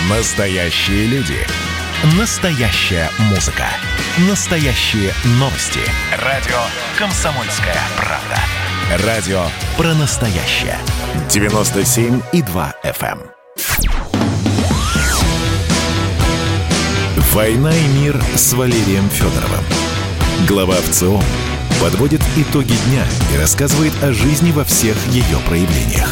Настоящие люди. Настоящая музыка. Настоящие новости. Радио «Комсомольская правда». Радио про настоящее. 97,2 FM. «Война и мир» с Валерием Федоровым. Глава ВЦИОМ подводит итоги дня и рассказывает о жизни во всех ее проявлениях.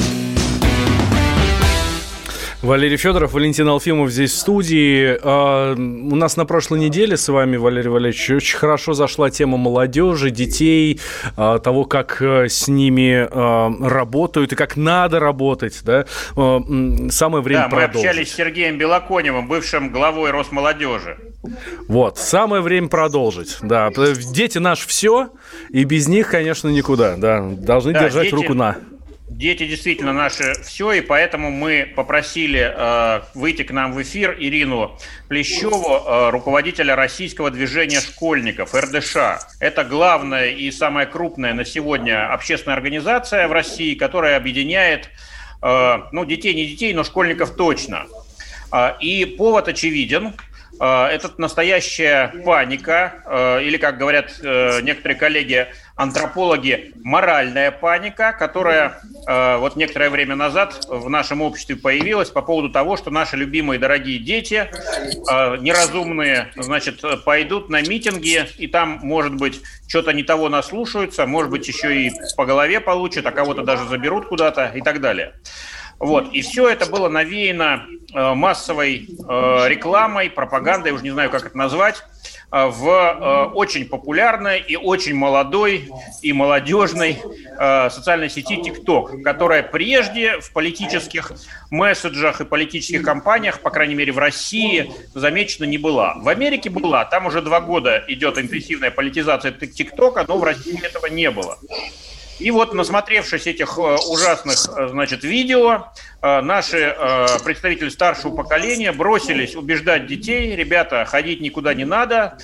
Валерий Федоров, Валентин Алфимов здесь в студии. У нас на прошлой неделе с вами, Валерий Валерьевич, очень хорошо зашла тема молодежи, детей, того, как с ними работают и как надо работать. Да? Самое время продолжить. Мы общались с Сергеем Белоконевым, бывшим главой Росмолодежи. Вот, самое время продолжить. Да. Дети наше все, и без них, конечно, никуда. Да. Должны держать руку на... Дети действительно наше все, и поэтому мы попросили выйти к нам в эфир Ирину Плещеву, руководителя российского движения школьников, РДШ. Это главная и самая крупная на сегодня общественная организация в России, которая объединяет, детей, не детей, но школьников точно. И повод очевиден. Это настоящая паника, или, как говорят некоторые коллеги, антропологи, моральная паника, которая вот некоторое время назад в нашем обществе появилась по поводу того, что наши любимые дорогие дети, неразумные, пойдут на митинги, и там, может быть, что-то не того наслушаются, может быть, еще и по голове получат, а кого-то даже заберут куда-то и так далее. Вот. И все это было навеяно массовой рекламой, пропагандой, уже не знаю, как это назвать, в очень популярной и очень молодой и молодежной социальной сети TikTok, которая прежде в политических месседжах и политических кампаниях, по крайней мере в России, замечена не была. В Америке была, там уже 2 года идет интенсивная политизация TikTok, но в России этого не было. И вот, насмотревшись этих ужасных, видео, наши представители старшего поколения бросились убеждать детей: ребята, ходить никуда не надо,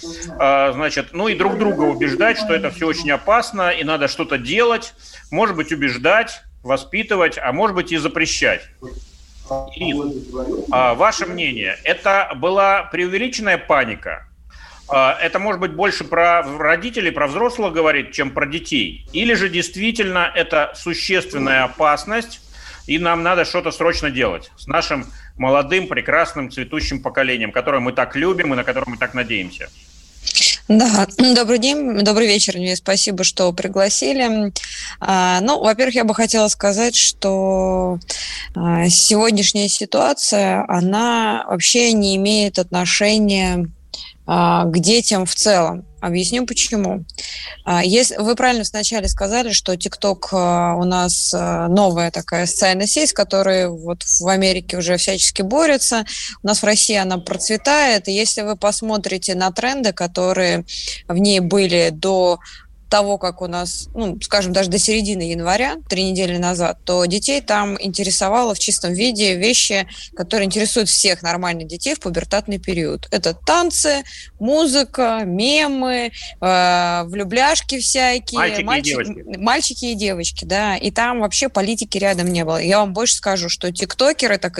и друг друга убеждать, что это все очень опасно и надо что-то делать, может быть, убеждать, воспитывать, а может быть и запрещать. Ирина, ваше мнение, это была преувеличенная паника? Это, может быть, больше про родителей, про взрослых говорит, чем про детей? Или же действительно это существенная опасность, и нам надо что-то срочно делать с нашим молодым, прекрасным, цветущим поколением, которое мы так любим и на которое мы так надеемся? Да, добрый день, добрый вечер, спасибо, что пригласили. Во-первых, я бы хотела сказать, что сегодняшняя ситуация, она вообще не имеет отношения к детям в целом. Объясню почему. Вы правильно вначале сказали, что TikTok у нас новая такая социальная сеть, с которой вот в Америке уже всячески борются. У нас в России она процветает. И если вы посмотрите на тренды, которые в ней были до того, как у нас, даже до середины января, 3 недели назад, то детей там интересовало в чистом виде вещи, которые интересуют всех нормальных детей в пубертатный период. Это танцы, музыка, мемы, влюбляшки всякие, мальчики и девочки, да, и там вообще политики рядом не было. Я вам больше скажу, что тиктокеры, так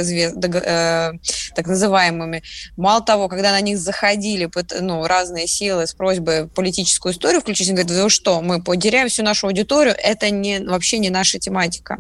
называемыми, мало того, когда на них заходили разные силы с просьбой политическую историю включить, они говорят: вы что, мы потеряем всю нашу аудиторию, это вообще не наша тематика.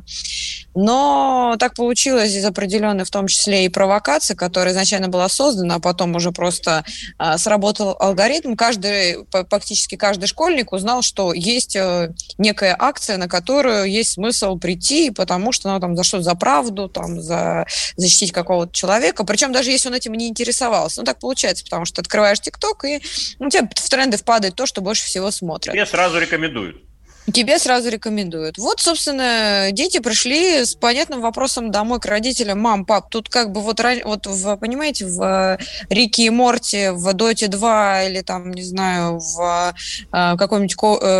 Но так получилось из определенной, в том числе и провокации, которая изначально была создана, а потом уже просто сработал алгоритм. Практически каждый школьник узнал, что есть некая акция, на которую есть смысл прийти, потому что за что-то, за правду, защитить какого-то человека. Причем даже если он этим не интересовался. Так получается, потому что ты открываешь ТикТок, и тебе в тренды впадает то, что больше всего смотрят. Тебе сразу рекомендуют. Тебе сразу рекомендуют. Вот, собственно, дети пришли с понятным вопросом домой к родителям: мам, пап, тут понимаете, в Рике и Морти, в Доте 2 или в какой-нибудь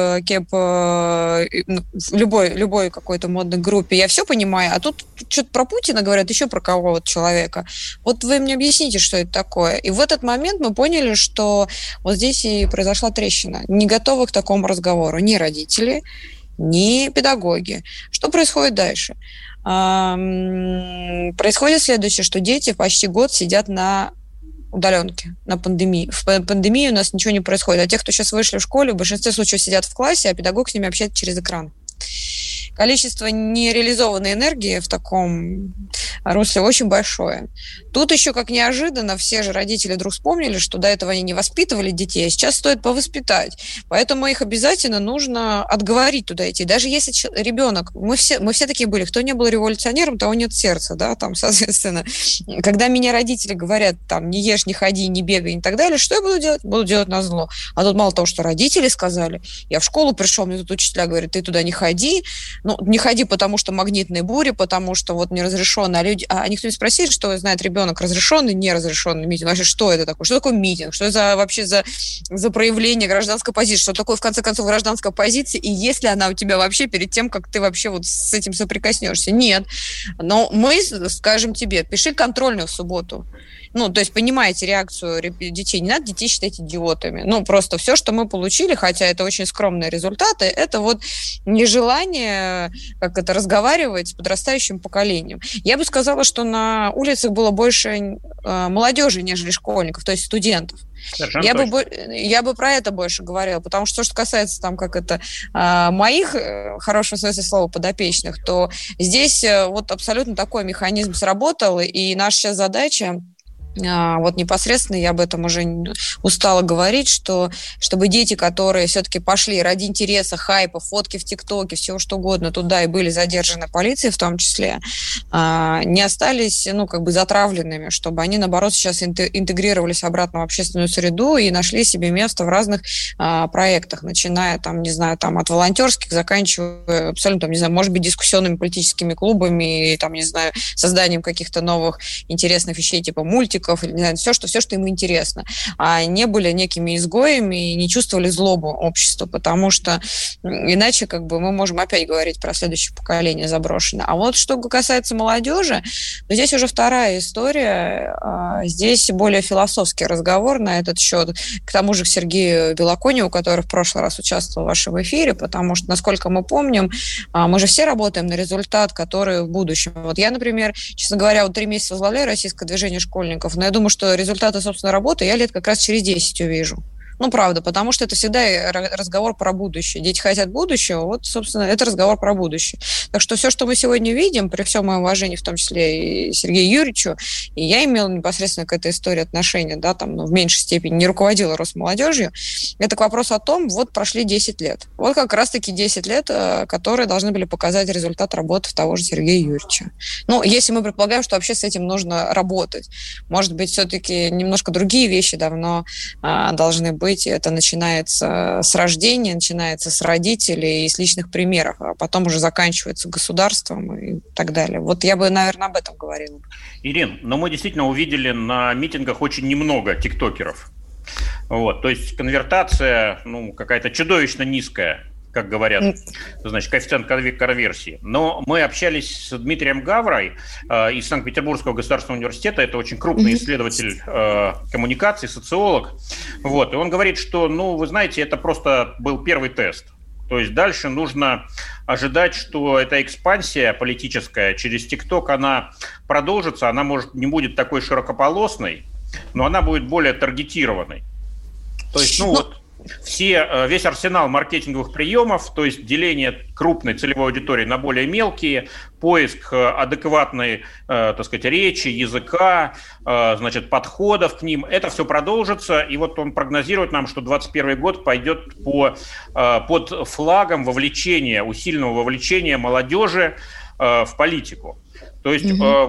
любой какой-то модной группе, я все понимаю, а тут что-то про Путина говорят, еще про кого-то человека. Вот вы мне объясните, что это такое. И в этот момент мы поняли, что вот здесь и произошла трещина. Не готовы к такому разговору ни родители, ни педагоги. Что происходит дальше? происходит следующее, что дети почти год сидят на удаленке, на пандемии. В пандемии у нас ничего не происходит. А те, кто сейчас вышли в школе, в большинстве случаев сидят в классе, а педагог с ними общается через экран. Количество нереализованной энергии в таком русле очень большое. Тут еще, как неожиданно, все же родители вдруг вспомнили, что до этого они не воспитывали детей, а сейчас стоит повоспитать. Поэтому их обязательно нужно отговорить туда идти. Даже если ребенок, мы все такие были, кто не был революционером, того нет сердца, да, там, соответственно. Когда мне родители говорят, там, не ешь, не ходи, не бегай и так далее, что я буду делать? Буду делать назло. А тут мало того, что родители сказали, я в школу пришел, мне тут учителя говорят, ты туда не ходи, ну, не ходи, потому что магнитные бури, потому что вот неразрешенно, а никто не спросил, что знает ребенок, разрешенный, неразрешенный митинг, вообще, что это такое, что такое митинг, что это вообще за проявление гражданской позиции, что такое, в конце концов, гражданская позиция, и есть ли она у тебя вообще перед тем, как ты вообще вот с этим соприкоснешься? Нет. Но мы скажем тебе, пиши контрольную в субботу. Ну, то есть понимаете реакцию детей. Не надо детей считать идиотами. Ну, просто все, что мы получили, хотя это очень скромные результаты, это вот нежелание разговаривать с подрастающим поколением. Я бы сказала, что на улицах было больше молодежи, нежели школьников, то есть студентов. Я бы про это больше говорила, потому что что касается там, моих, в хорошем смысле слова, подопечных, то здесь вот абсолютно такой механизм сработал, и наша сейчас задача вот непосредственно, я об этом уже устала говорить, что чтобы дети, которые все-таки пошли ради интереса, хайпа, фотки в ТикТоке, всего что угодно туда и были задержаны полицией в том числе, не остались, затравленными, чтобы они, наоборот, сейчас интегрировались обратно в общественную среду и нашли себе место в разных проектах, начиная, от волонтерских, заканчивая абсолютно, может быть, дискуссионными политическими клубами, созданием каких-то новых интересных вещей, типа мультиков, или все, что им интересно, а не были некими изгоями и не чувствовали злобу обществу, потому что иначе мы можем опять говорить про следующее поколение заброшенное. А вот что касается молодежи, то здесь уже вторая история, здесь более философский разговор на этот счет, к тому же к Сергею Белоконеву, который в прошлый раз участвовал в вашем эфире, потому что, насколько мы помним, мы же все работаем на результат, который в будущем. Вот я, например, честно говоря, 3 месяца возглавляю российское движение школьников, но я думаю, что результаты, собственно, работы я лет как раз через 10 увижу. Ну, правда, потому что это всегда разговор про будущее. Дети хотят будущего, вот, собственно, это разговор про будущее. Так что все, что мы сегодня видим, при всем моем уважении, в том числе и Сергею Юрьевичу, и я имела непосредственно к этой истории отношение, в меньшей степени не руководила Росмолодежью, это к вопросу о том, вот прошли 10 лет. Вот как раз-таки 10 лет, которые должны были показать результат работы того же Сергея Юрьевича. Ну, если мы предполагаем, что вообще с этим нужно работать. Может быть, все-таки немножко другие вещи давно должны быть. Это начинается с рождения, начинается с родителей и с личных примеров, а потом уже заканчивается государством и так далее. Вот я бы, наверное, об этом говорила. Ирин, но мы действительно увидели на митингах очень немного тиктокеров. Вот, то есть конвертация, какая-то чудовищно низкая, как говорят, значит, коэффициент конверсии. Но мы общались с Дмитрием Гаврой из Санкт-Петербургского государственного университета. Это очень крупный исследователь коммуникаций, социолог. Вот. И он говорит, что, вы знаете, это просто был первый тест. То есть дальше нужно ожидать, что эта экспансия политическая через ТикТок, она продолжится, она, может, не будет такой широкополосной, но она будет более таргетированной. То есть, весь арсенал маркетинговых приемов, то есть деление крупной целевой аудитории на более мелкие, поиск адекватной, речи, языка, подходов к ним, это все продолжится. И вот он прогнозирует нам, что 2021 год пойдет под флагом усиленного вовлечения молодежи в политику. То есть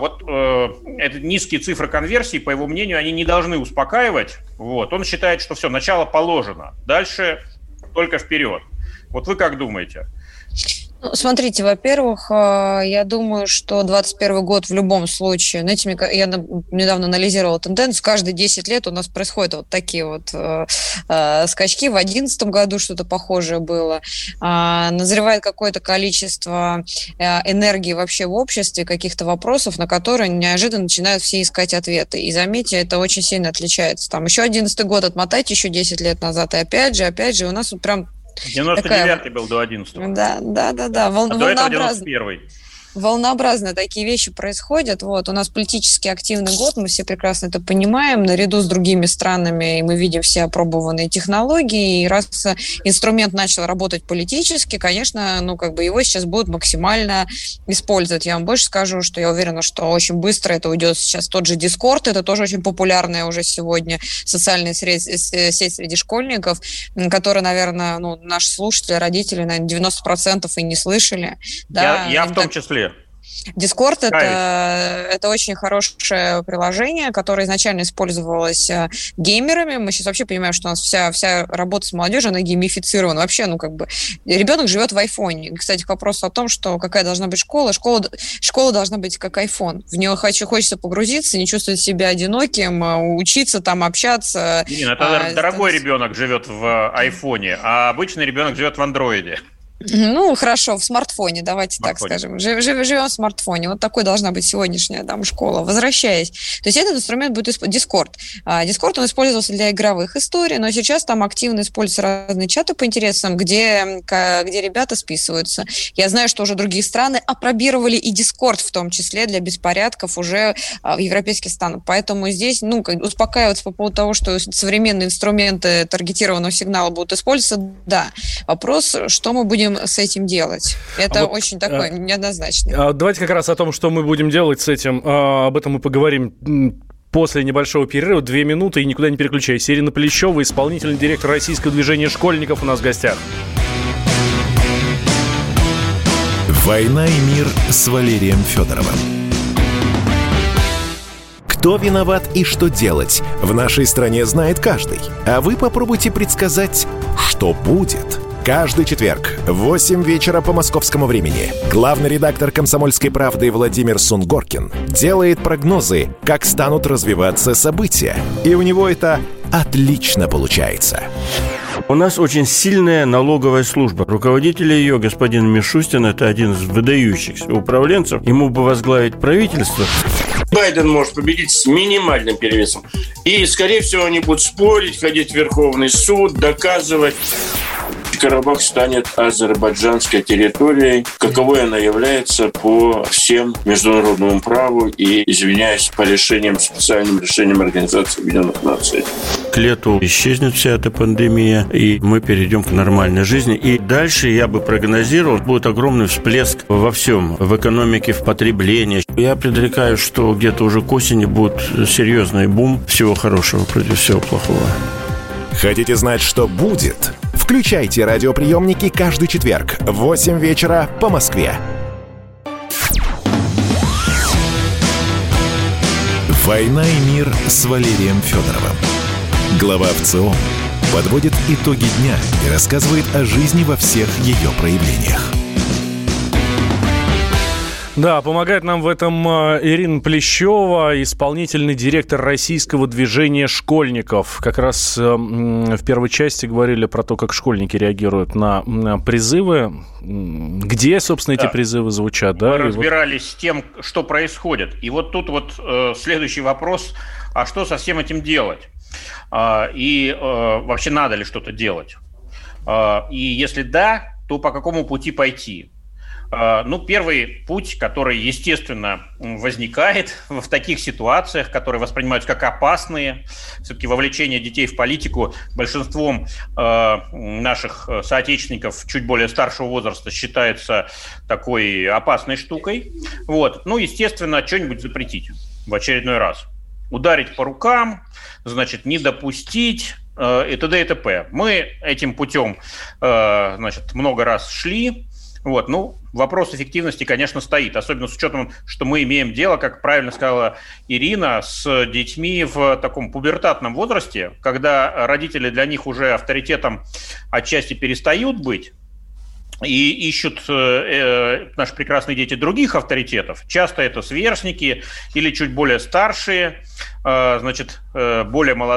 это низкие цифры конверсии, по его мнению, они не должны успокаивать. Вот. Он считает, что все, начало положено, дальше только вперед. Вот вы как думаете? Смотрите, во-первых, я думаю, что 2021 год в любом случае, знаете, я недавно анализировала тенденцию, каждые 10 лет у нас происходят вот такие вот скачки. В 2011 году что-то похожее было. Назревает какое-то количество энергии вообще в обществе, каких-то вопросов, на которые неожиданно начинают все искать ответы. И заметьте, это очень сильно отличается. Там еще 2011 год отмотайте еще 10 лет назад, и опять же, у нас вот прям 99-й был до 11-го. Да. До этого 91-й. волнообразно такие вещи происходят. Вот, у нас политически активный год, мы все прекрасно это понимаем, наряду с другими странами, и мы видим все опробованные технологии, и раз инструмент начал работать политически, конечно, его сейчас будут максимально использовать. Я вам больше скажу, что я уверена, что очень быстро это уйдет сейчас тот же Discord, это тоже очень популярная уже сегодня социальная сеть среди школьников, которая, наверное, наши слушатели, родители, наверное, 90% и не слышали. Да? Я в том числе. Discord это очень хорошее приложение, которое изначально использовалось геймерами. Мы сейчас вообще понимаем, что у нас вся работа с молодежью, она геймифицирована. Вообще, ребенок живет в айфоне. Кстати, к вопросу о том, что какая должна быть школа. Школа должна быть как айфон. В нее хочется погрузиться, не чувствовать себя одиноким, учиться там, общаться. Это дорогой ребенок живет в айфоне, а обычный ребенок живет в андроиде. Хорошо, в смартфоне, давайте так скажем. Живем в смартфоне. Вот такой должна быть сегодняшняя школа. Возвращаясь. То есть этот инструмент будет Discord. Discord, он использовался для игровых историй, но сейчас там активно используются разные чаты по интересам, где ребята списываются. Я знаю, что уже другие страны апробировали и Discord, в том числе для беспорядков уже в европейских странах. Поэтому здесь, успокаиваться по поводу того, что современные инструменты таргетированного сигнала будут использоваться, да. Вопрос, что мы будем с этим делать? Это очень такой неоднозначный. Давайте как раз о том, что мы будем делать с этим. Об этом мы поговорим после небольшого перерыва. 2 минуты, и никуда не переключайся. Ирина Плещева, исполнительный директор Российского движения школьников, у нас в гостях. «Война и мир» с Валерием Федоровым. Кто виноват и что делать, в нашей стране знает каждый. А вы попробуйте предсказать, что будет. Каждый четверг в 8 вечера по московскому времени главный редактор «Комсомольской правды» Владимир Сунгоркин делает прогнозы, как станут развиваться события. И у него это отлично получается. У нас очень сильная налоговая служба. Руководитель ее, господин Мишустин, это один из выдающихся управленцев. Ему бы возглавить правительство. Байден может победить с минимальным перевесом. И, скорее всего, они будут спорить, ходить в Верховный суд, доказывать. Карабах станет азербайджанской территорией, каковой она является по всем международному праву и, извиняюсь, по специальным решениям Организации Объединенных Наций. К лету исчезнет вся эта пандемия, и мы перейдем к нормальной жизни. И дальше, я бы прогнозировал, будет огромный всплеск во всем, в экономике, в потреблении. Я предрекаю, что где-то уже к осени будет серьезный бум всего хорошего против всего плохого. Хотите знать, что будет? Включайте радиоприемники каждый четверг в 8 вечера по Москве. «Война и мир» с Валерием Федоровым. Глава ВЦИОМ подводит итоги дня и рассказывает о жизни во всех ее проявлениях. Да, помогает нам в этом Ирина Плещева, исполнительный директор Российского движения школьников. Как раз в первой части говорили про то, как школьники реагируют на призывы. Где, собственно, эти призывы звучат? Мы разбирались с тем, что происходит. И вот тут следующий вопрос. А что со всем этим делать? И вообще надо ли что-то делать? И если да, то по какому пути пойти? Первый путь, который, естественно, возникает в таких ситуациях, которые воспринимаются как опасные. Все-таки вовлечение детей в политику большинством наших соотечественников чуть более старшего возраста считается такой опасной штукой. Естественно, что-нибудь запретить в очередной раз. Ударить по рукам, не допустить и т.д. и т.п. Мы этим путем, много раз шли. Вопрос эффективности, конечно, стоит, особенно с учетом, что мы имеем дело, как правильно сказала Ирина, с детьми в таком пубертатном возрасте, когда родители для них уже авторитетом отчасти перестают быть, и ищут наши прекрасные дети других авторитетов. Часто это сверстники или чуть более старшие, более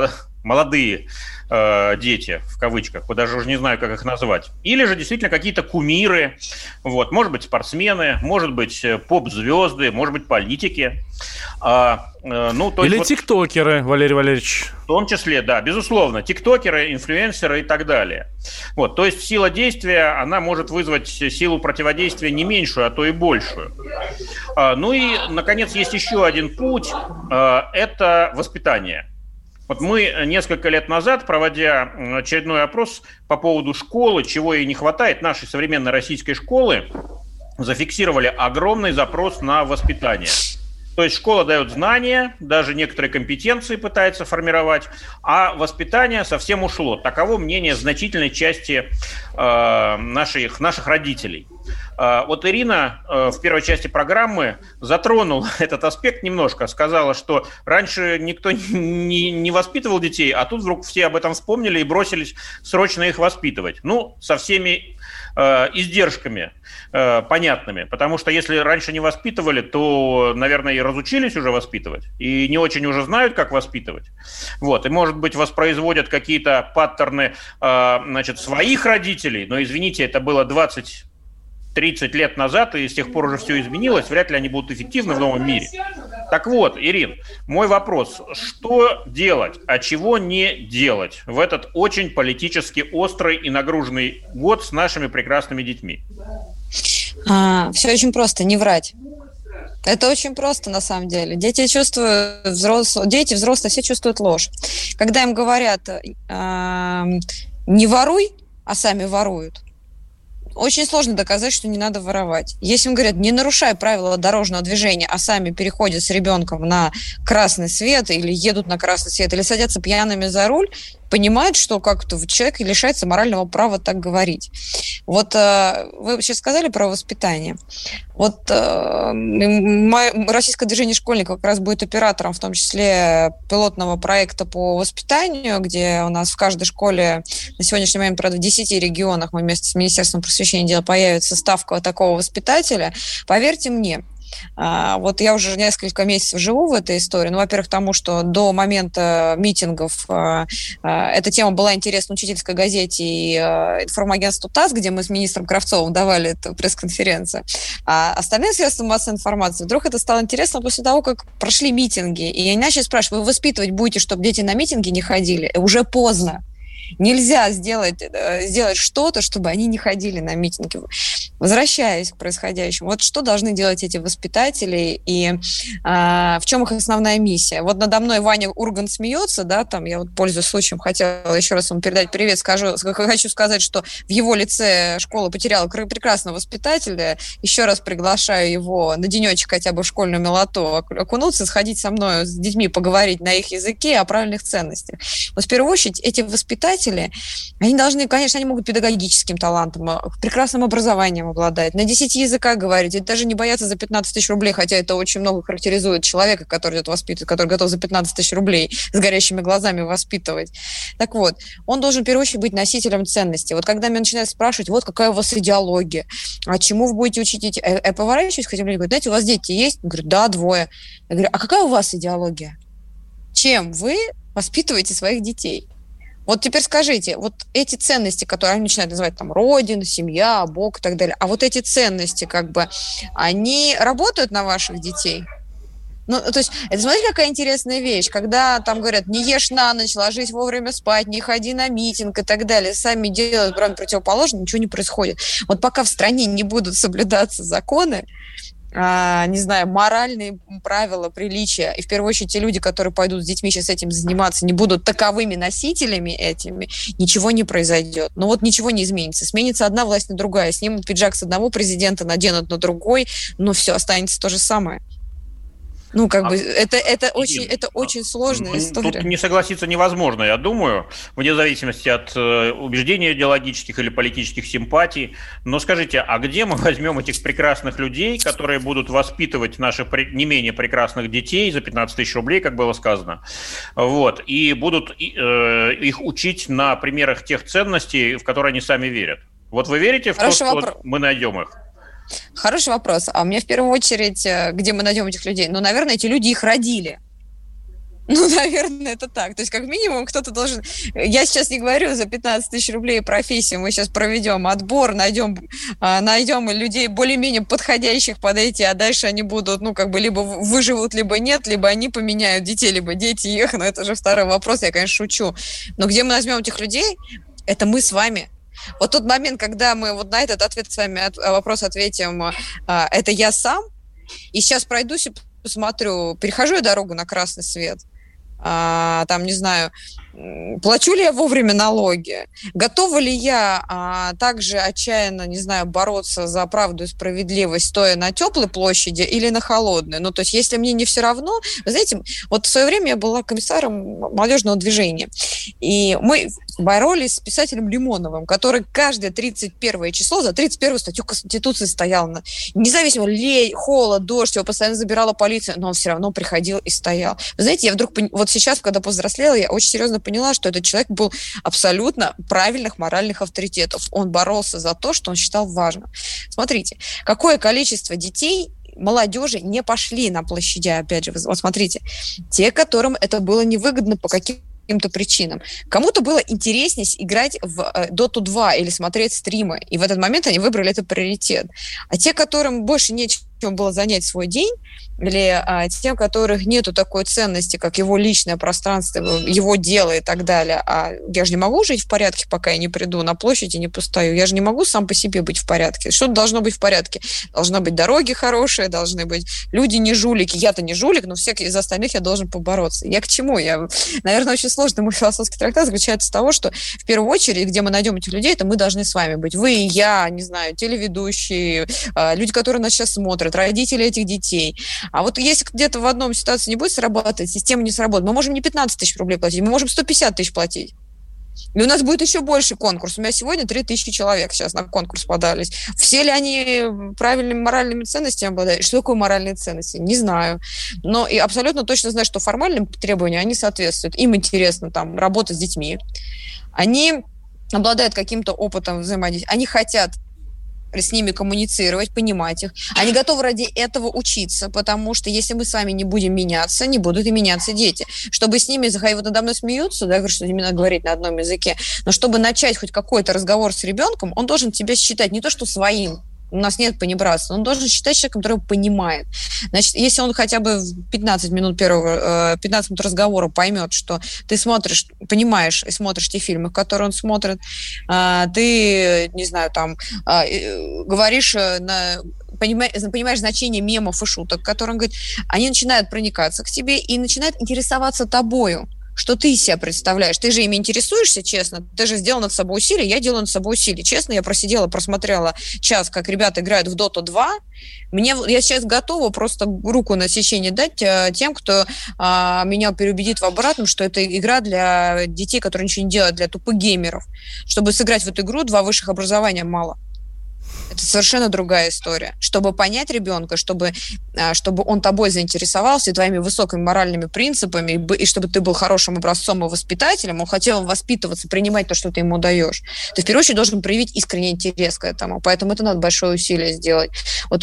молодые дети, в кавычках, даже уже не знаю, как их назвать. Или же действительно какие-то кумиры, вот, может быть, спортсмены, может быть, поп-звезды, может быть, политики. Или тиктокеры, Валерий Валерьевич. В том числе, да, безусловно, тиктокеры, инфлюенсеры и так далее. Вот, то есть сила действия, она может вызвать силу противодействия не меньшую, а то и большую. Ну и, наконец, есть еще один путь, это воспитание. Вот мы несколько лет назад, проводя очередной опрос по поводу школы, чего ей не хватает, нашей современной российской школы, зафиксировали огромный запрос на воспитание. То есть школа дает знания, даже некоторые компетенции пытается формировать, а воспитание совсем ушло. Таково мнение значительной части наших родителей. Вот Ирина в первой части программы затронула этот аспект немножко, сказала, что раньше никто не воспитывал детей, а тут вдруг все об этом вспомнили и бросились срочно их воспитывать. Ну, со всеми издержками понятными, потому что если раньше не воспитывали, то, наверное, и разучились уже воспитывать, и не очень уже знают, как воспитывать. Вот. И, может быть, воспроизводят какие-то паттерны своих родителей, но, извините, это было 20-30 лет назад, и с тех пор уже все изменилось, вряд ли они будут эффективны в новом мире. Так вот, Ирин, мой вопрос, что делать, а чего не делать в этот очень политически острый и нагруженный год с нашими прекрасными детьми? Все очень просто, не врать. Это очень просто, на самом деле. Дети, взрослые, все чувствуют ложь. Когда им говорят, не воруй, а сами воруют, очень сложно доказать, что не надо воровать. Если им говорят, не нарушай правила дорожного движения, а сами переходят с ребенком на красный свет или едут на красный свет, или садятся пьяными за руль, понимают, что как-то человек лишается морального права так говорить. Вот вы сейчас сказали про воспитание. Вот российское движение школьников как раз будет оператором, в том числе пилотного проекта по воспитанию, где у нас в каждой школе на сегодняшний момент, правда, в 10 регионах мы вместе с Министерством просвещения дела появится ставка такого воспитателя. Поверьте мне, вот я уже несколько месяцев живу в этой истории. Ну, во-первых, потому что до момента митингов эта тема была интересна учительской газете и информагентству ТАСС, где мы с министром Кравцовым давали эту пресс-конференцию. А остальные средства массовой информации, вдруг это стало интересно после того, как прошли митинги. И они начали спрашивать, вы воспитывать будете, чтобы дети на митинги не ходили? Уже поздно. Нельзя сделать что-то, чтобы они не ходили на митинги. Возвращаясь к происходящему, вот что должны делать эти воспитатели и в чем их основная миссия? Вот надо мной Ваня Ургант смеется, да, там я вот, пользуясь случаем, хотела еще раз ему передать привет, хочу сказать, что в его лице школа потеряла прекрасного воспитателя. Еще раз приглашаю его на денечек хотя бы в школьную милоту окунуться, сходить со мной, с детьми, поговорить на их языке о правильных ценностях. Вот в первую очередь эти воспитатели, они должны, конечно, они могут педагогическим талантом, прекрасным образованием обладать, на 10 языках говорить, и даже не бояться за 15 тысяч рублей, хотя это очень много характеризует человека, который идет воспитывать, который готов за 15 тысяч рублей с горящими глазами воспитывать. Так вот, он должен в первую очередь быть носителем ценностей. Вот когда меня начинают спрашивать, вот какая у вас идеология, а чему вы будете учить детей? Я поворачиваюсь к этим людям, говорю, знаете, у вас дети есть? Я говорю, да, 2. Я говорю, а какая у вас идеология? Чем вы воспитываете своих детей? Вот теперь скажите, вот эти ценности, которые они начинают называть там родина, семья, Бог и так далее, а вот эти ценности, как бы, они работают на ваших детей? Ну, то есть, это смотрите, какая интересная вещь, когда там говорят, не ешь на ночь, ложись вовремя спать, не ходи на митинг и так далее, сами делают прям противоположно, ничего не происходит. Вот пока в стране не будут соблюдаться законы, не знаю, моральные правила, приличия, и в первую очередь те люди, которые пойдут с детьми сейчас этим заниматься, не будут таковыми носителями этими, ничего не произойдет. Но вот ничего не изменится. Сменится одна власть на другая, снимут пиджак с одного президента, наденут на другой, но все останется то же самое. Ну, как бы, это очень сложная история. Тут не согласиться невозможно, я думаю, вне зависимости от убеждений идеологических или политических симпатий. Но скажите, а где мы возьмем этих прекрасных людей, которые будут воспитывать наших не менее прекрасных детей за 15 тысяч рублей, как было сказано, вот, и будут их учить на примерах тех ценностей, в которые они сами верят? Вот вы верите в то, что мы найдем их? Хороший вопрос. А мне в первую очередь, где мы найдем этих людей? Ну, наверное, эти люди их родили. Ну, наверное, это так. То есть, как минимум, кто-то должен... Я сейчас не говорю за 15 тысяч рублей профессию. Мы сейчас проведем отбор, найдем людей более-менее подходящих под эти, а дальше они будут, либо выживут, либо нет, либо они поменяют детей, либо дети их. Но это уже второй вопрос, я, конечно, шучу. Но где мы возьмем этих людей, это мы с вами. Вот тот момент, когда мы вот на этот ответ с вами вопрос ответим, это я сам, и сейчас пройдусь и посмотрю, перехожу я дорогу на красный свет, не знаю, плачу ли я вовремя налоги, готова ли я также отчаянно, не знаю, бороться за правду и справедливость, стоя на теплой площади или на холодной. То есть, если мне не все равно, вы знаете, вот в свое время я была комиссаром молодежного движения, и мы боролись с писателем Лимоновым, который каждое 31 число за 31 статью Конституции стоял. Независимо, холод, дождь, его постоянно забирала полиция, но он все равно приходил и стоял. Вы знаете, я вдруг, вот сейчас, когда повзрослела, я очень серьезно поняла, что этот человек был абсолютно правильных моральных авторитетов. Он боролся за то, что он считал важным. Смотрите, какое количество детей, молодежи не пошли на площади, опять же, вот смотрите, те, которым это было невыгодно по каким-то причинам. Кому-то было интереснее играть в Dota 2 или смотреть стримы, и в этот момент они выбрали этот приоритет. А те, которым больше нечем было занять свой день, или тем, у которых нету такой ценности, как его личное пространство, его дело и так далее. А я же не могу жить в порядке, пока я не приду на площадь и не постою. Я же не могу сам по себе быть в порядке. Что-то должно быть в порядке. Должны быть дороги хорошие, должны быть люди не жулики. Я-то не жулик, но всех из остальных я должен побороться. Я к чему? Наверное, очень сложный мой философский трактат заключается в том, что в первую очередь, где мы найдем этих людей, это мы должны с вами быть. Вы и я, не знаю, телеведущие, люди, которые нас сейчас смотрят, родители этих детей. А вот если где-то в одном ситуации не будет срабатывать, система не сработает, мы можем не 15 тысяч рублей платить, мы можем 150 тысяч платить. И у нас будет еще больше конкурс. У меня сегодня 3000 человек сейчас на конкурс подались. Все ли они правильными моральными ценностями обладают? Что такое моральные ценности? Не знаю. Но и абсолютно точно знаю, что формальным требованиям они соответствуют. Им интересно работа с детьми. Они обладают каким-то опытом взаимодействия. Они хотят с ними коммуницировать, понимать их. Они готовы ради этого учиться, потому что если мы сами не будем меняться, не будут и меняться дети. Чтобы с ними, вот надо мной смеются, да, что именно говорить на одном языке, но чтобы начать хоть какой-то разговор с ребенком, он должен тебя считать не то что своим, у нас нет понебратства, он должен считать человеком, который понимает. Значит, если он хотя бы в 15 минут разговора поймет, что ты смотришь, понимаешь и смотришь те фильмы, которые он смотрит, ты, не знаю, говоришь, понимаешь значение мемов и шуток, которые он говорит, они начинают проникаться к тебе и начинают интересоваться тобою. Что ты из себя представляешь? Ты же ими интересуешься, честно? Ты же сделал над собой усилия, я делаю над собой усилия. Честно, я просмотрела час, как ребята играют в Dota 2. Я сейчас готова просто руку на отсечение дать тем, кто меня переубедит в обратном, что это игра для детей, которые ничего не делают, для тупых геймеров. Чтобы сыграть в эту игру, 2 высших образования мало. Это совершенно другая история. Чтобы понять ребенка, чтобы он тобой заинтересовался, твоими высокими моральными принципами, и чтобы ты был хорошим образцом и воспитателем, он хотел воспитываться, принимать то, что ты ему даешь. Ты в первую очередь должен проявить искренний интерес к этому. Поэтому это надо большое усилие сделать. Вот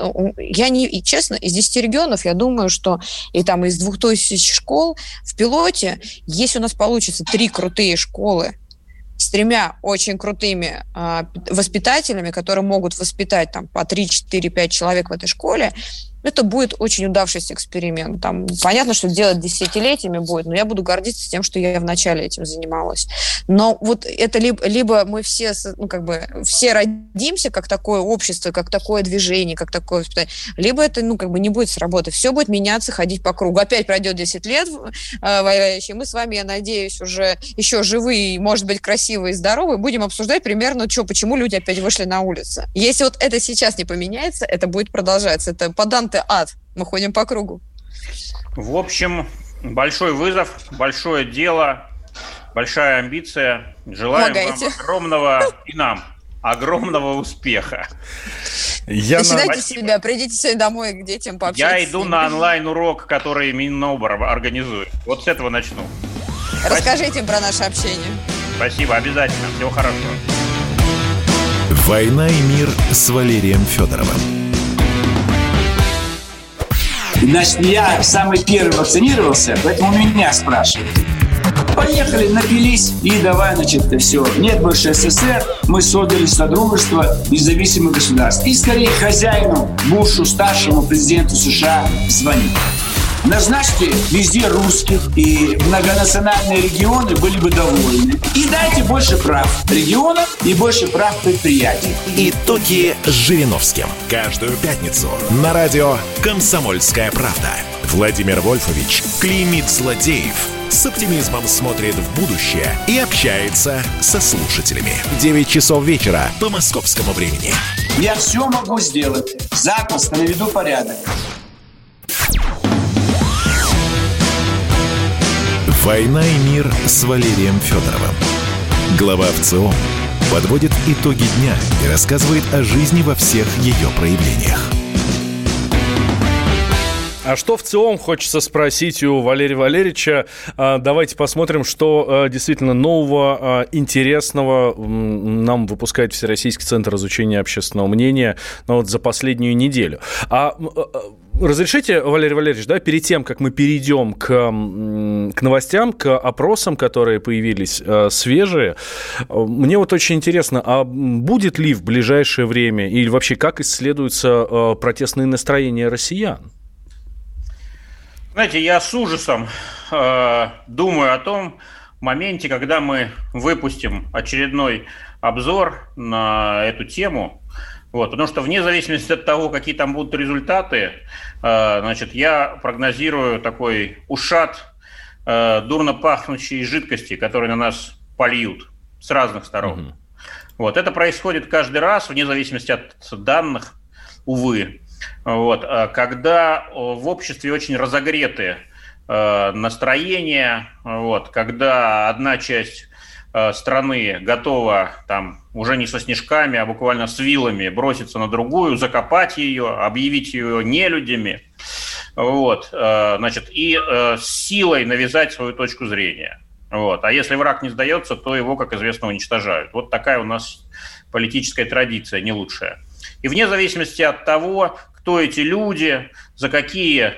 честно, из 10 регионов, я думаю, что из 2000 школ в пилоте, если у нас получится 3 крутые школы, с 3 очень крутыми воспитателями, которые могут воспитать по 3, 4, 5 человек в этой школе, это будет очень удавшийся эксперимент. Понятно, что делать десятилетиями будет, но я буду гордиться тем, что я вначале этим занималась. Но вот это либо мы все, все родимся как такое общество, как такое движение, как такое воспитание, либо это, не будет сработать. Все будет меняться, ходить по кругу. Опять пройдет 10 лет, и мы с вами, я надеюсь, уже еще живые, может быть, красивые и здоровые, будем обсуждать примерно, почему люди опять вышли на улицу. Если вот это сейчас не поменяется, это будет продолжаться. Это по Данте ад. Мы ходим по кругу. В общем, большой вызов, большое дело, большая амбиция. Желаем вам огромного успеха. Начинайте себя, придите сегодня домой к детям, пообщайтесь. Я иду на онлайн-урок, который Минобр организует. Вот с этого начну. Расскажите им про наше общение. Спасибо, обязательно. Всего хорошего. «Война и мир» с Валерием Федоровым. Значит, я самый первый вакцинировался, поэтому меня спрашивают. Поехали, напились и давай, значит, все. Нет больше СССР, мы создали Содружество независимых государств. И скорее хозяину, Бушу, старшему президенту США звонить. Назначьте везде русских, и многонациональные регионы были бы довольны. И дайте больше прав регионам и больше прав предприятий. Итоги с Жириновским. Каждую пятницу на радио «Комсомольская правда». Владимир Вольфович клеймит злодеев, с оптимизмом смотрит в будущее и общается со слушателями. 9 часов вечера по московскому времени. Я все могу сделать. Запросто наведу порядок. «Война и мир» с Валерием Федоровым. Глава ВЦИОМ подводит итоги дня и рассказывает о жизни во всех ее проявлениях. А что в ВЦИОМ, хочется спросить у Валерия Валерьевича. Давайте посмотрим, что действительно нового, интересного нам выпускает Всероссийский центр изучения общественного мнения за последнюю неделю. Разрешите, Валерий Валерьевич, перед тем, как мы перейдем к новостям, к опросам, которые появились свежие, мне очень интересно, а будет ли в ближайшее время или вообще как исследуются протестные настроения россиян? Знаете, я с ужасом думаю о том моменте, когда мы выпустим очередной обзор на эту тему. Потому что вне зависимости от того, какие там будут результаты, я прогнозирую такой ушат дурно пахнущей жидкости, которые на нас польют с разных сторон. Это происходит каждый раз, вне зависимости от данных, увы. Когда в обществе очень разогреты настроения, когда одна часть страны готова уже не со снежками, а буквально с вилами броситься на другую, закопать ее, объявить ее нелюдями, и с силой навязать свою точку зрения. А если враг не сдается, то его, как известно, уничтожают. Такая у нас политическая традиция, не лучшая. И вне зависимости от того, кто эти люди, за какие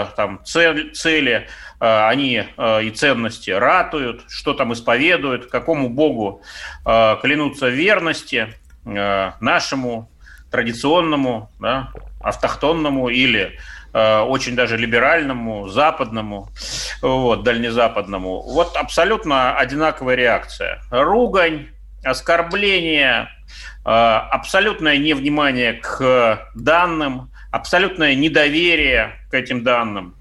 цели они и ценности ратуют, что там исповедуют, какому богу клянутся в верности, нашему традиционному, автохтонному или очень даже либеральному, западному, дальнезападному. Абсолютно одинаковая реакция. Ругань, оскорбление, абсолютное невнимание к данным, абсолютное недоверие к этим данным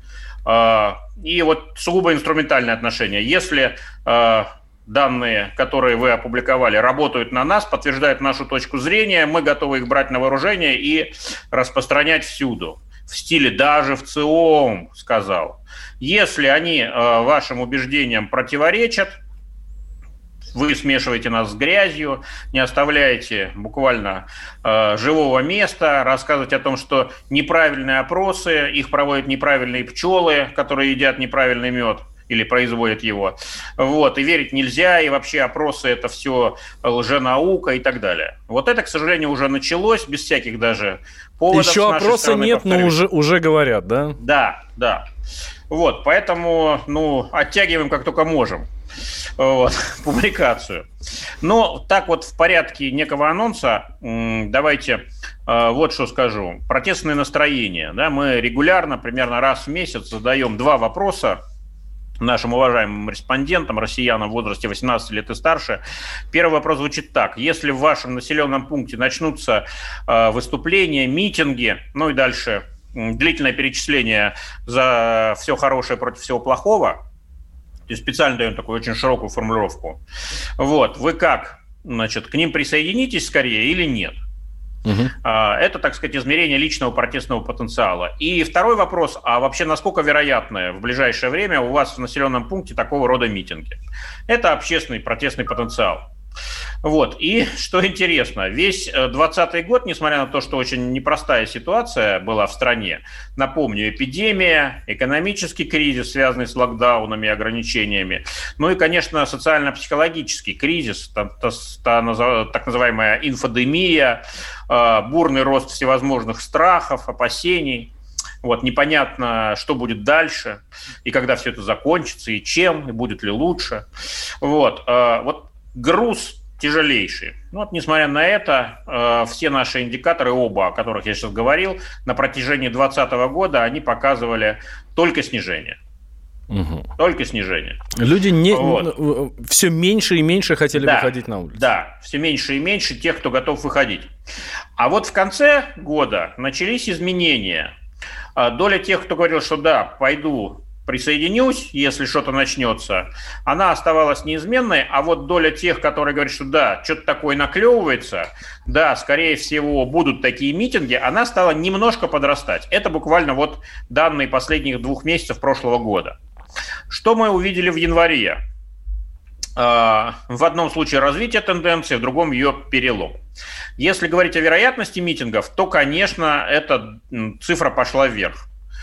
и сугубо инструментальное отношение. Если данные, которые вы опубликовали, работают на нас, подтверждают нашу точку зрения, мы готовы их брать на вооружение и распространять всюду. В стиле «даже в ВЦИОМ», сказал. Если они вашим убеждениям противоречат, вы смешиваете нас с грязью, не оставляете буквально живого места, рассказываете о том, что неправильные опросы, их проводят неправильные пчелы, которые едят неправильный мед или производят его. И верить нельзя, и вообще опросы – это все лженаука и так далее. Это, к сожалению, уже началось, без всяких даже поводов. Еще опроса нет, но уже говорят, да? Да. Поэтому, оттягиваем как только можем. Публикацию. Но в порядке некого анонса давайте что скажу. Протестные настроения. Мы регулярно, примерно раз в месяц, задаем 2 вопроса нашим уважаемым респондентам, россиянам в возрасте 18 лет и старше. Первый вопрос звучит так. Если в вашем населенном пункте начнутся выступления, митинги, и дальше длительное перечисление за все хорошее против всего плохого, и специально даем такую очень широкую формулировку. Вы как? К ним присоединитесь скорее или нет? Это, так сказать, измерение личного протестного потенциала. И второй вопрос, а вообще насколько вероятно в ближайшее время у вас в населенном пункте такого рода митинги? Это общественный протестный потенциал. И что интересно, весь 2020 год, несмотря на то, что очень непростая ситуация была в стране, напомню, эпидемия, экономический кризис, связанный с локдаунами и ограничениями, и, конечно, социально-психологический кризис, так называемая инфодемия, бурный рост всевозможных страхов, опасений. Вот, непонятно, что будет дальше, и когда все это закончится, и чем, и будет ли лучше. Вот груз тяжелейший. Вот, несмотря на это, все наши индикаторы, оба, о которых я сейчас говорил, на протяжении 2020 года, они показывали только снижение. Угу. Только снижение. Люди все меньше и меньше хотели выходить на улицу. Да, все меньше и меньше тех, кто готов выходить. А вот в конце года начались изменения. Доля тех, кто говорил, что да, пойду, присоединюсь, если что-то начнется, она оставалась неизменной, а вот доля тех, которые говорят, что да, что-то такое наклевывается, да, скорее всего, будут такие митинги, она стала немножко подрастать. Это буквально вот данные последних 2 месяцев прошлого года. Что мы увидели в январе? В одном случае развитие тенденции, в другом ее перелом. Если говорить о вероятности митингов, то, конечно, эта цифра пошла вверх.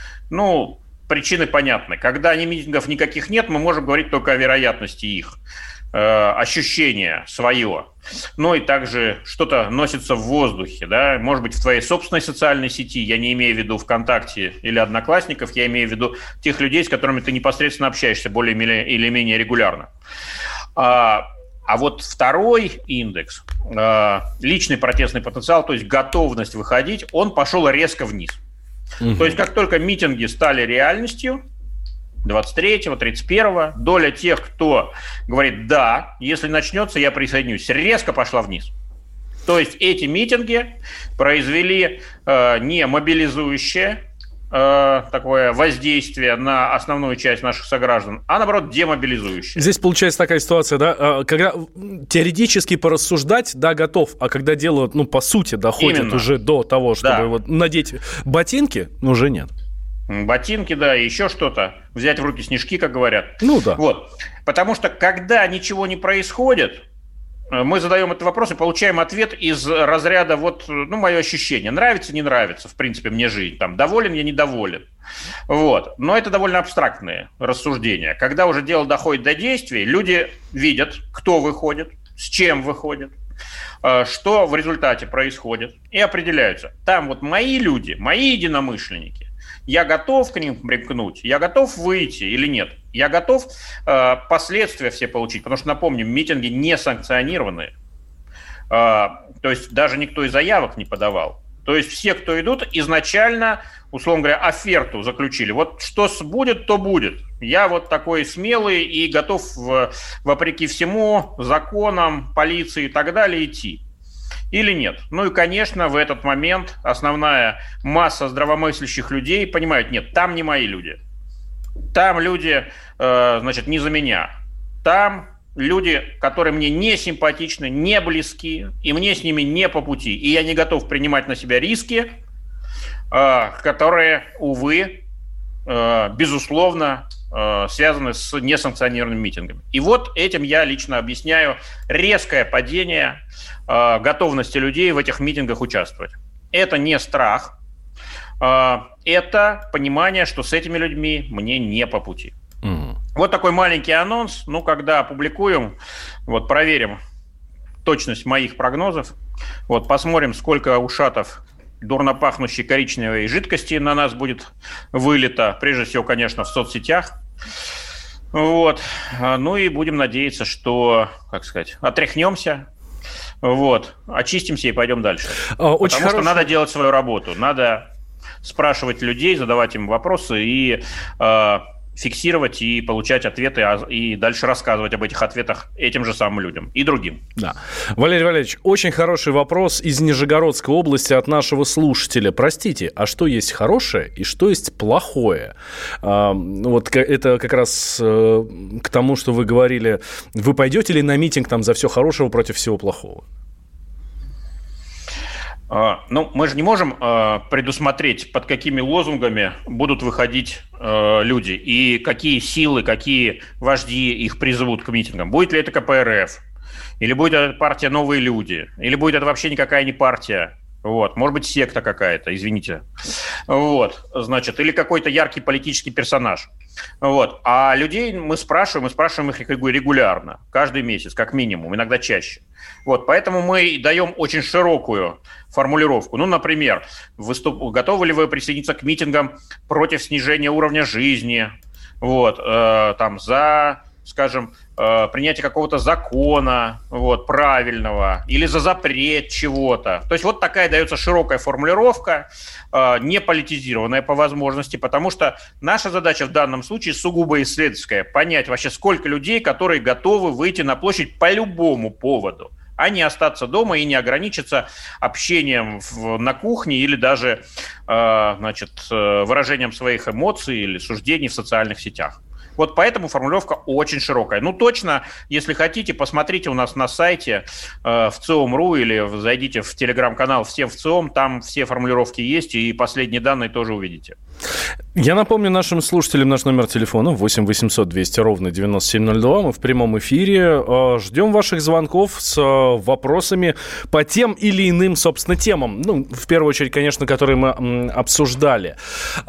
Причины понятны. Когда митингов никаких нет, мы можем говорить только о вероятности их, ощущение свое. И также что-то носится в воздухе, да, может быть, в твоей собственной социальной сети, я не имею в виду ВКонтакте или Одноклассников, я имею в виду тех людей, с которыми ты непосредственно общаешься более или менее регулярно. А вот второй индекс, личный протестный потенциал, то есть готовность выходить, он пошел резко вниз. Угу. То есть как только митинги стали реальностью, 23-го, 31-го, доля тех, кто говорит «да, если начнется, я присоединюсь», резко пошла вниз. То есть эти митинги произвели не мобилизующее такое воздействие на основную часть наших сограждан, а наоборот демобилизующее. Здесь получается такая ситуация, да, когда теоретически порассуждать, да, готов, а когда дело, по сути, доходит именно уже до того, чтобы надеть ботинки, уже нет. Ботинки, да, и еще что-то, взять в руки снежки, как говорят. Да. Вот, потому что когда ничего не происходит, мы задаем этот вопрос и получаем ответ из разряда мое ощущение. Нравится, не нравится, в принципе, мне жизнь. Доволен я, недоволен. Вот. Но это довольно абстрактные рассуждения. Когда уже дело доходит до действий, люди видят, кто выходит, с чем выходит, что в результате происходит, и определяются. Там мои люди, мои единомышленники, я готов к ним примкнуть, я готов выйти или нет. Я готов последствия все получить, потому что, напомню, митинги не санкционированные. То есть даже никто и заявок не подавал. То есть все, кто идут, изначально, условно говоря, оферту заключили. Вот что будет, то будет. Я такой смелый и готов, вопреки всему, законам, полиции и так далее, идти. Или нет? И, конечно, в этот момент основная масса здравомыслящих людей понимают, нет, там не мои люди. Там люди, не за меня. Там люди, которые мне не симпатичны, не близки, и мне с ними не по пути. И я не готов принимать на себя риски, которые, увы, безусловно, связаны с несанкционированными митингами. И этим я лично объясняю резкое падение готовности людей в этих митингах участвовать. Это не страх, это понимание, что с этими людьми мне не по пути. Вот такой маленький анонс. Когда опубликуем, проверим точность моих прогнозов, посмотрим, сколько ушатов дурно пахнущей коричневой жидкости на нас будет вылито, прежде всего, конечно, в соцсетях. И будем надеяться, что, отряхнемся, очистимся и пойдем дальше. Потому что надо делать свою работу, надо спрашивать людей, задавать им вопросы и фиксировать и получать ответы, и дальше рассказывать об этих ответах этим же самым людям и другим. Да. Валерий Валерьевич, очень хороший вопрос из Нижегородской области от нашего слушателя. Простите, а что есть хорошее и что есть плохое? Это как раз к тому, что вы говорили. Вы пойдете ли на митинг за все хорошего против всего плохого? Мы же не можем предусмотреть, под какими лозунгами будут выходить люди и какие силы, какие вожди их призовут к митингам. Будет ли это КПРФ, или будет это партия «Новые люди», или будет это вообще никакая не партия, Вот, может быть, секта какая-то, извините. Вот, значит, или какой-то яркий политический персонаж. Вот. А людей мы спрашиваем их регулярно, каждый месяц, как минимум, иногда чаще. Вот, поэтому мы даем очень широкую формулировку. Ну, например, готовы ли вы присоединиться к митингам против снижения уровня жизни, вот, там, за, скажем, принятие какого-то закона, вот, правильного, или за запрет чего-то. То есть вот такая дается широкая формулировка, не политизированная по возможности, потому что наша задача в данном случае сугубо исследовательская. Понять вообще, сколько людей, которые готовы выйти на площадь по любому поводу, а не остаться дома и не ограничиться общением на кухне или даже выражением своих эмоций или суждений в социальных сетях. Вот поэтому формулировка очень широкая. Ну, точно, если хотите, посмотрите у нас на сайте ВЦИОМ.ру или зайдите в телеграм-канал «Всем ВЦИОМ», там все формулировки есть, и последние данные тоже увидите. Я напомню нашим слушателям наш номер телефона 8 800 200 ровно 9702. Мы в прямом эфире. Ждем ваших звонков с вопросами по тем или иным, собственно, темам. Ну, в первую очередь, конечно, которые мы обсуждали.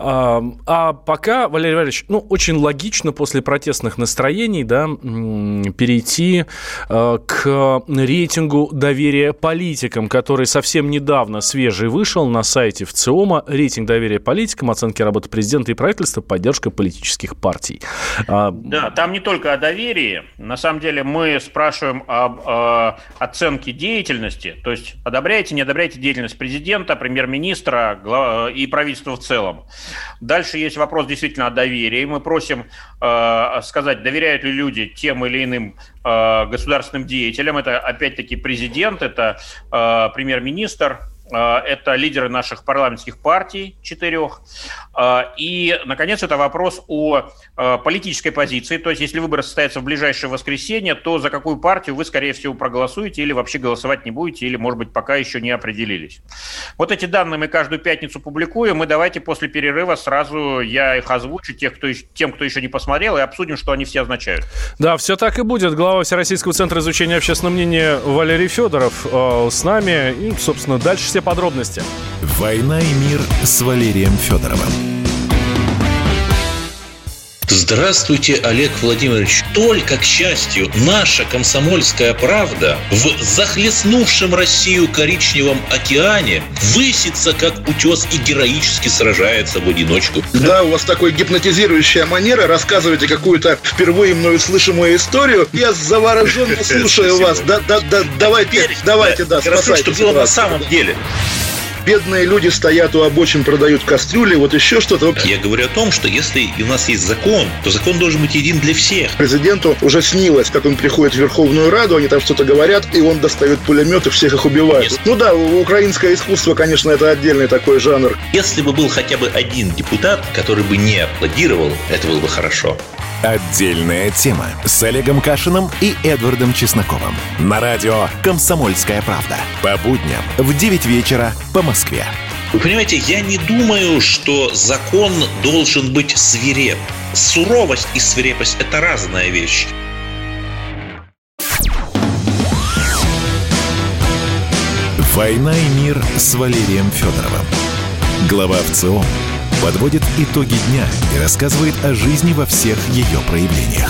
А пока, Валерий Валерьевич, очень логично после протестных настроений, да, перейти к рейтингу доверия политикам, который совсем недавно свежий вышел на сайте ВЦИОМа. Рейтинг доверия политикам, оценки работы президента и правительства, поддержка политических партий. Да, там не только о доверии. На самом деле мы спрашиваем об оценке деятельности, то есть одобряете, не одобряете деятельность президента, премьер-министра и правительства в целом. Дальше есть вопрос действительно о доверии. Мы просим сказать, доверяют ли люди тем или иным государственным деятелям. Это опять-таки президент, это премьер-министр, это лидеры наших парламентских партий 4. И, наконец, это вопрос о политической позиции. То есть, если выборы состоятся в ближайшее воскресенье, то за какую партию вы, скорее всего, проголосуете или вообще голосовать не будете, или, может быть, пока еще не определились. Вот эти данные мы каждую пятницу публикуем, и давайте после перерыва сразу я их озвучу тем, кто еще не посмотрел, и обсудим, что они все означают. Да, все так и будет. Глава Всероссийского центра изучения общественного мнения Валерий Федоров с нами. И, собственно, дальше все подробности. «Война и мир» с Валерием Федоровым. Здравствуйте, Олег Владимирович. Только, к счастью, наша «Комсомольская правда» в захлестнувшем Россию коричневом океане высится, как утес, и героически сражается в одиночку. Да, у вас такой гипнотизирующая манера. Рассказываете какую-то впервые мною слышимую историю. Я завороженно слушаю вас. Давайте, спасайте. Что было на самом деле. Бедные люди стоят у обочин, продают кастрюли, вот еще что-то. Я говорю о том, что если у нас есть закон, то закон должен быть един для всех. Президенту уже снилось, как он приходит в Верховную Раду, они там что-то говорят, и он достает пулемет и всех их убивает. Нет. Ну да, украинское искусство, конечно, это отдельный такой жанр. Если бы был хотя бы один депутат, который бы не аплодировал, это было бы хорошо. Отдельная тема с Олегом Кашиным и Эдвардом Чесноковым. На радио «Комсомольская правда». По будням в 9 вечера по Москве. Вы понимаете, я не думаю, что закон должен быть свиреп. Суровость и свирепость – это разная вещь. «Война и мир» с Валерием Федоровым. Глава ВЦИОМ подводит итоги дня и рассказывает о жизни во всех ее проявлениях.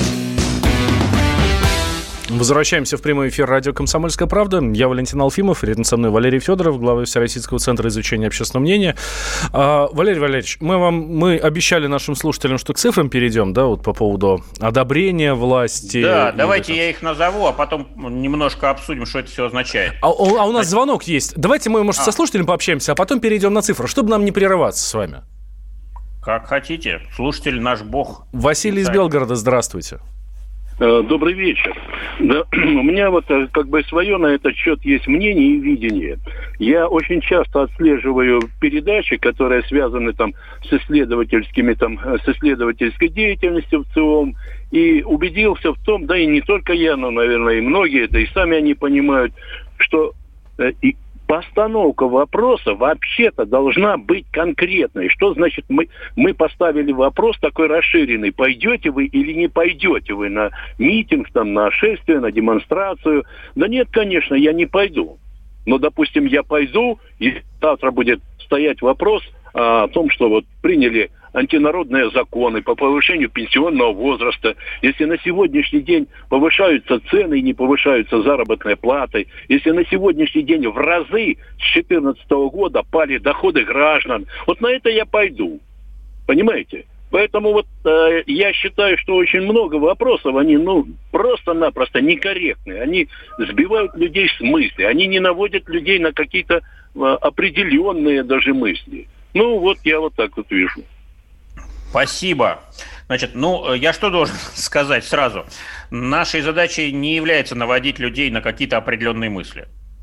Возвращаемся в прямой эфир радио «Комсомольская правда». Я Валентин Алфимов, рядом со мной Валерий Федоров, глава Всероссийского центра изучения общественного мнения. Валерий Валерьевич, мы обещали нашим слушателям, что к цифрам перейдем, да, вот по поводу одобрения власти. Да, давайте я их назову, а потом немножко обсудим, что это все означает. А у нас звонок есть. Давайте мы, может, со слушателем пообщаемся, а потом перейдем на цифры, чтобы нам не прерываться с вами. Как хотите. Слушатель наш бог. Василий из Белгорода, здравствуйте. Добрый вечер. Да, у меня вот как бы свое на этот счет есть мнение и видение. Я очень часто отслеживаю передачи, которые связаны там с исследовательской деятельностью в ЦИОМ, и убедился в том, да и не только я, но, наверное, и многие, да и сами они понимают, что постановка вопроса вообще-то должна быть конкретной. Что значит мы поставили вопрос такой расширенный: пойдете вы или не пойдете вы на митинг, там, на шествие, на демонстрацию? Да нет, конечно, я не пойду. Но, допустим, я пойду, и завтра будет стоять вопрос о том, что вот приняли антинародные законы по повышению пенсионного возраста. Если на сегодняшний день повышаются цены и не повышаются заработной платы, если на сегодняшний день в разы с 2014 года пали доходы граждан, вот на это я пойду. Понимаете? Поэтому вот я считаю, что очень много вопросов, они просто-напросто некорректные. Они сбивают людей с мысли, они не наводят людей на какие-то определенные даже мысли. Ну вот я вот так вот вижу. Спасибо. Значит, я что должен сказать сразу? Нашей задачей не является наводить людей на какие-то определенные мысли.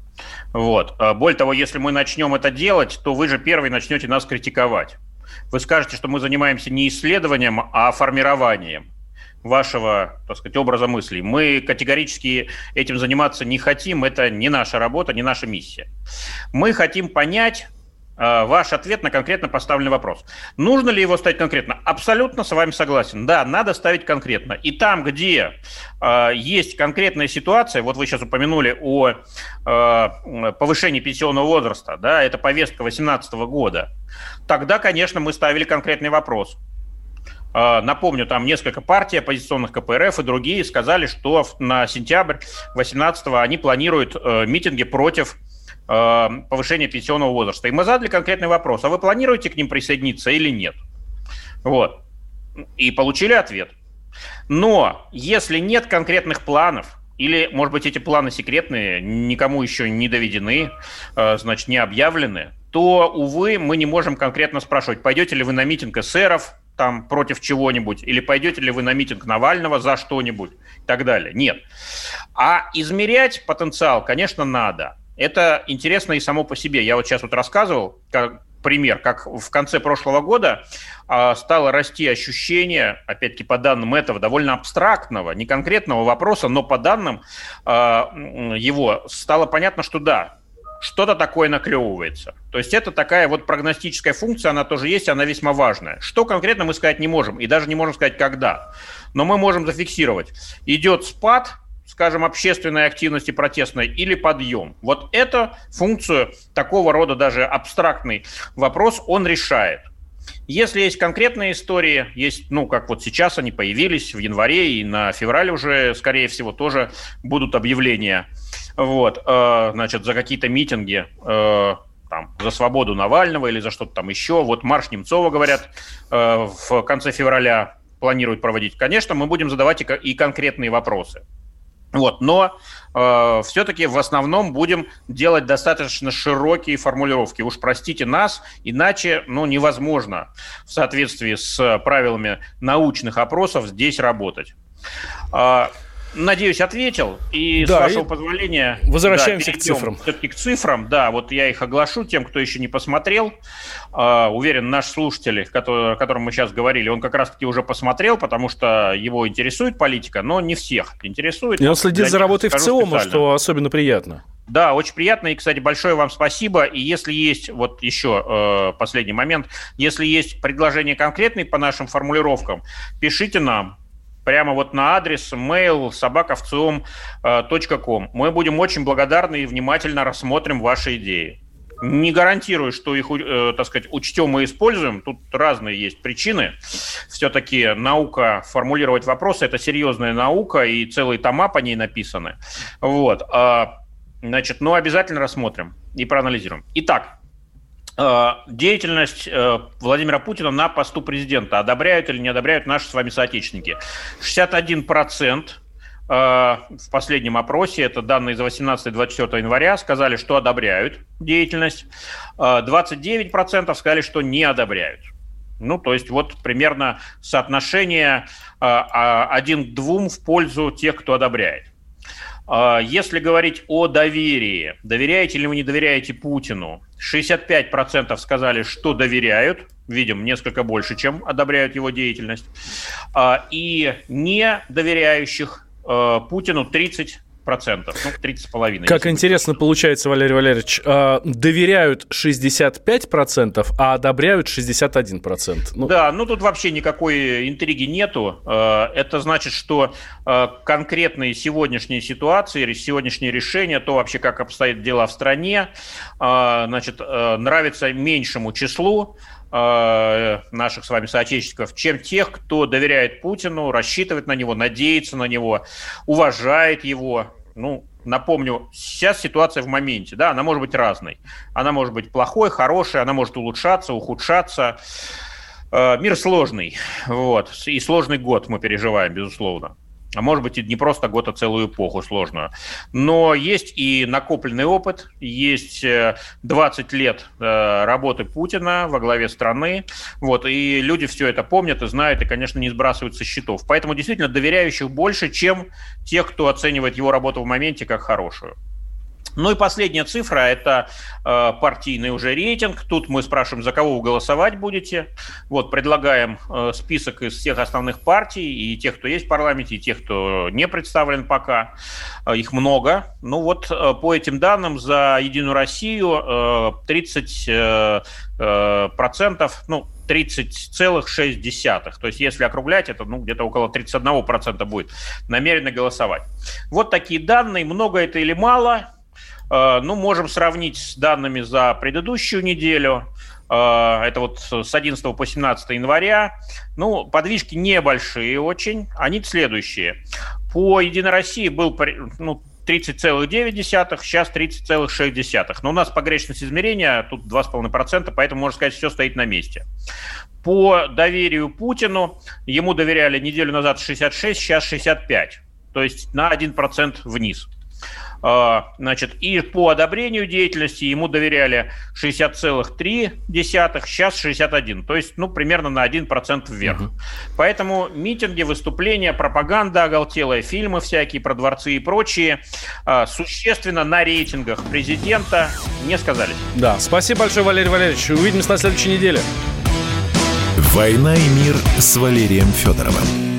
Вот. Более того, если мы начнем это делать, то вы же первый начнете нас критиковать. Вы скажете, что мы занимаемся не исследованием, а формированием вашего, так сказать, образа мыслей. Мы категорически этим заниматься не хотим, это не наша работа, не наша миссия. Мы хотим понять ваш ответ на конкретно поставленный вопрос. Нужно ли его ставить конкретно? Абсолютно с вами согласен. Да, надо ставить конкретно. И там, где есть конкретная ситуация, вот вы сейчас упомянули о повышении пенсионного возраста, да, это повестка 2018 года, тогда, конечно, мы ставили конкретный вопрос. Напомню, там несколько партий оппозиционных КПРФ и другие сказали, что на сентябрь 2018-го они планируют митинги против повышения пенсионного возраста. И мы задали конкретный вопрос, а вы планируете к ним присоединиться или нет? Вот. И получили ответ. Но если нет конкретных планов, или, может быть, эти планы секретные, никому еще не доведены, значит, не объявлены, то, увы, мы не можем конкретно спрашивать, пойдете ли вы на митинг эсеров там, против чего-нибудь, или пойдете ли вы на митинг Навального за что-нибудь и так далее. Нет. А измерять потенциал, конечно, надо. Это интересно и само по себе. Я вот сейчас вот рассказывал, как пример, как в конце прошлого года стало расти ощущение, опять-таки по данным этого довольно абстрактного, не конкретного вопроса, но по данным его стало понятно, что да, что-то такое наклевывается. То есть это такая вот прогностическая функция, она тоже есть, она весьма важная. Что конкретно мы сказать не можем, и даже не можем сказать когда. Но мы можем зафиксировать. Идет спад, скажем, общественной активности протестной или подъем. Вот эту функцию, такого рода даже абстрактный вопрос, он решает. Если есть конкретные истории, есть, как вот сейчас они появились в январе и на феврале уже, скорее всего, тоже будут объявления, вот, значит, за какие-то митинги, там, за свободу Навального или за что-то там еще. Вот марш Немцова, говорят, в конце февраля планируют проводить. Конечно, мы будем задавать и конкретные вопросы. Вот, но все-таки в основном будем делать достаточно широкие формулировки. Уж простите нас, иначе невозможно в соответствии с правилами научных опросов здесь работать. Надеюсь, ответил. И да, с вашего позволения... Возвращаемся к цифрам. Все-таки к цифрам. Да, вот я их оглашу тем, кто еще не посмотрел. Уверен, наш слушатель, о котором мы сейчас говорили, он как раз-таки уже посмотрел, потому что его интересует политика, но не всех интересует. И он следит за работой ВЦИОМа, что особенно приятно. Да, очень приятно. И, кстати, большое вам спасибо. И если есть, вот еще последний момент, если есть предложения конкретные по нашим формулировкам, пишите нам. Прямо вот на адрес mail@vciom.com. Мы будем очень благодарны и внимательно рассмотрим ваши идеи. Не гарантирую, что их, так сказать, учтем и используем. Тут разные есть причины. Все-таки наука, формулировать вопросы – это серьезная наука, и целые тома по ней написаны. Вот. Значит, обязательно рассмотрим и проанализируем. Итак, деятельность Владимира Путина на посту президента. Одобряют или не одобряют наши с вами соотечественники? 61% в последнем опросе, это данные за 18-24 января, сказали, что одобряют деятельность. 29% сказали, что не одобряют. То есть вот примерно соотношение 1 к 2 в пользу тех, кто одобряет. Если говорить о доверии, доверяете ли вы, не доверяете Путину, 65% сказали, что доверяют, видим, несколько больше, чем одобряют его деятельность, и не доверяющих Путину 30,5%. Как интересно получается, Валерий Валерьевич, доверяют 65%, а одобряют 61%. Да, тут вообще никакой интриги нету. Это значит, что конкретные сегодняшние ситуации, сегодняшние решения, то вообще, как обстоят дела в стране, нравится меньшему числу наших с вами соотечественников, чем тех, кто доверяет Путину, рассчитывает на него, надеется на него, уважает его. Напомню, сейчас ситуация в моменте, да, она может быть разной. Она может быть плохой, хорошей, она может улучшаться, ухудшаться. Мир сложный, и сложный год мы переживаем, безусловно. А может быть, и не просто год, а целую эпоху сложную. Но есть и накопленный опыт, есть 20 лет работы Путина во главе страны, и люди все это помнят и знают, и, конечно, не сбрасывают со счетов. Поэтому действительно доверяющих больше, чем тех, кто оценивает его работу в моменте как хорошую. И последняя цифра – это партийный уже рейтинг. Тут мы спрашиваем, за кого вы голосовать будете. Предлагаем список из всех основных партий, и тех, кто есть в парламенте, и тех, кто не представлен пока. Их много. По этим данным за «Единую Россию» 30%, 30,6%. То есть, если округлять, это где-то около 31% будет намеренно голосовать. Такие данные. Много это или мало? Можем сравнить с данными за предыдущую неделю. Это с 11 по 17 января. Подвижки небольшие очень. Они следующие. По «Единой России» был 30,9, сейчас 30,6. Но у нас погрешность измерения тут 2,5%, поэтому, можно сказать, все стоит на месте. По доверию Путину, ему доверяли неделю назад 66, сейчас 65. То есть на 1% вниз. И по одобрению деятельности ему доверяли 60,3, сейчас 61, то есть примерно на 1% вверх. Поэтому митинги, выступления, пропаганда оголтелая, фильмы всякие про дворцы и прочие существенно на рейтингах президента не сказались. Да, спасибо большое, Валерий Валерьевич. Увидимся на следующей неделе. «Война и мир» с Валерием Федоровым.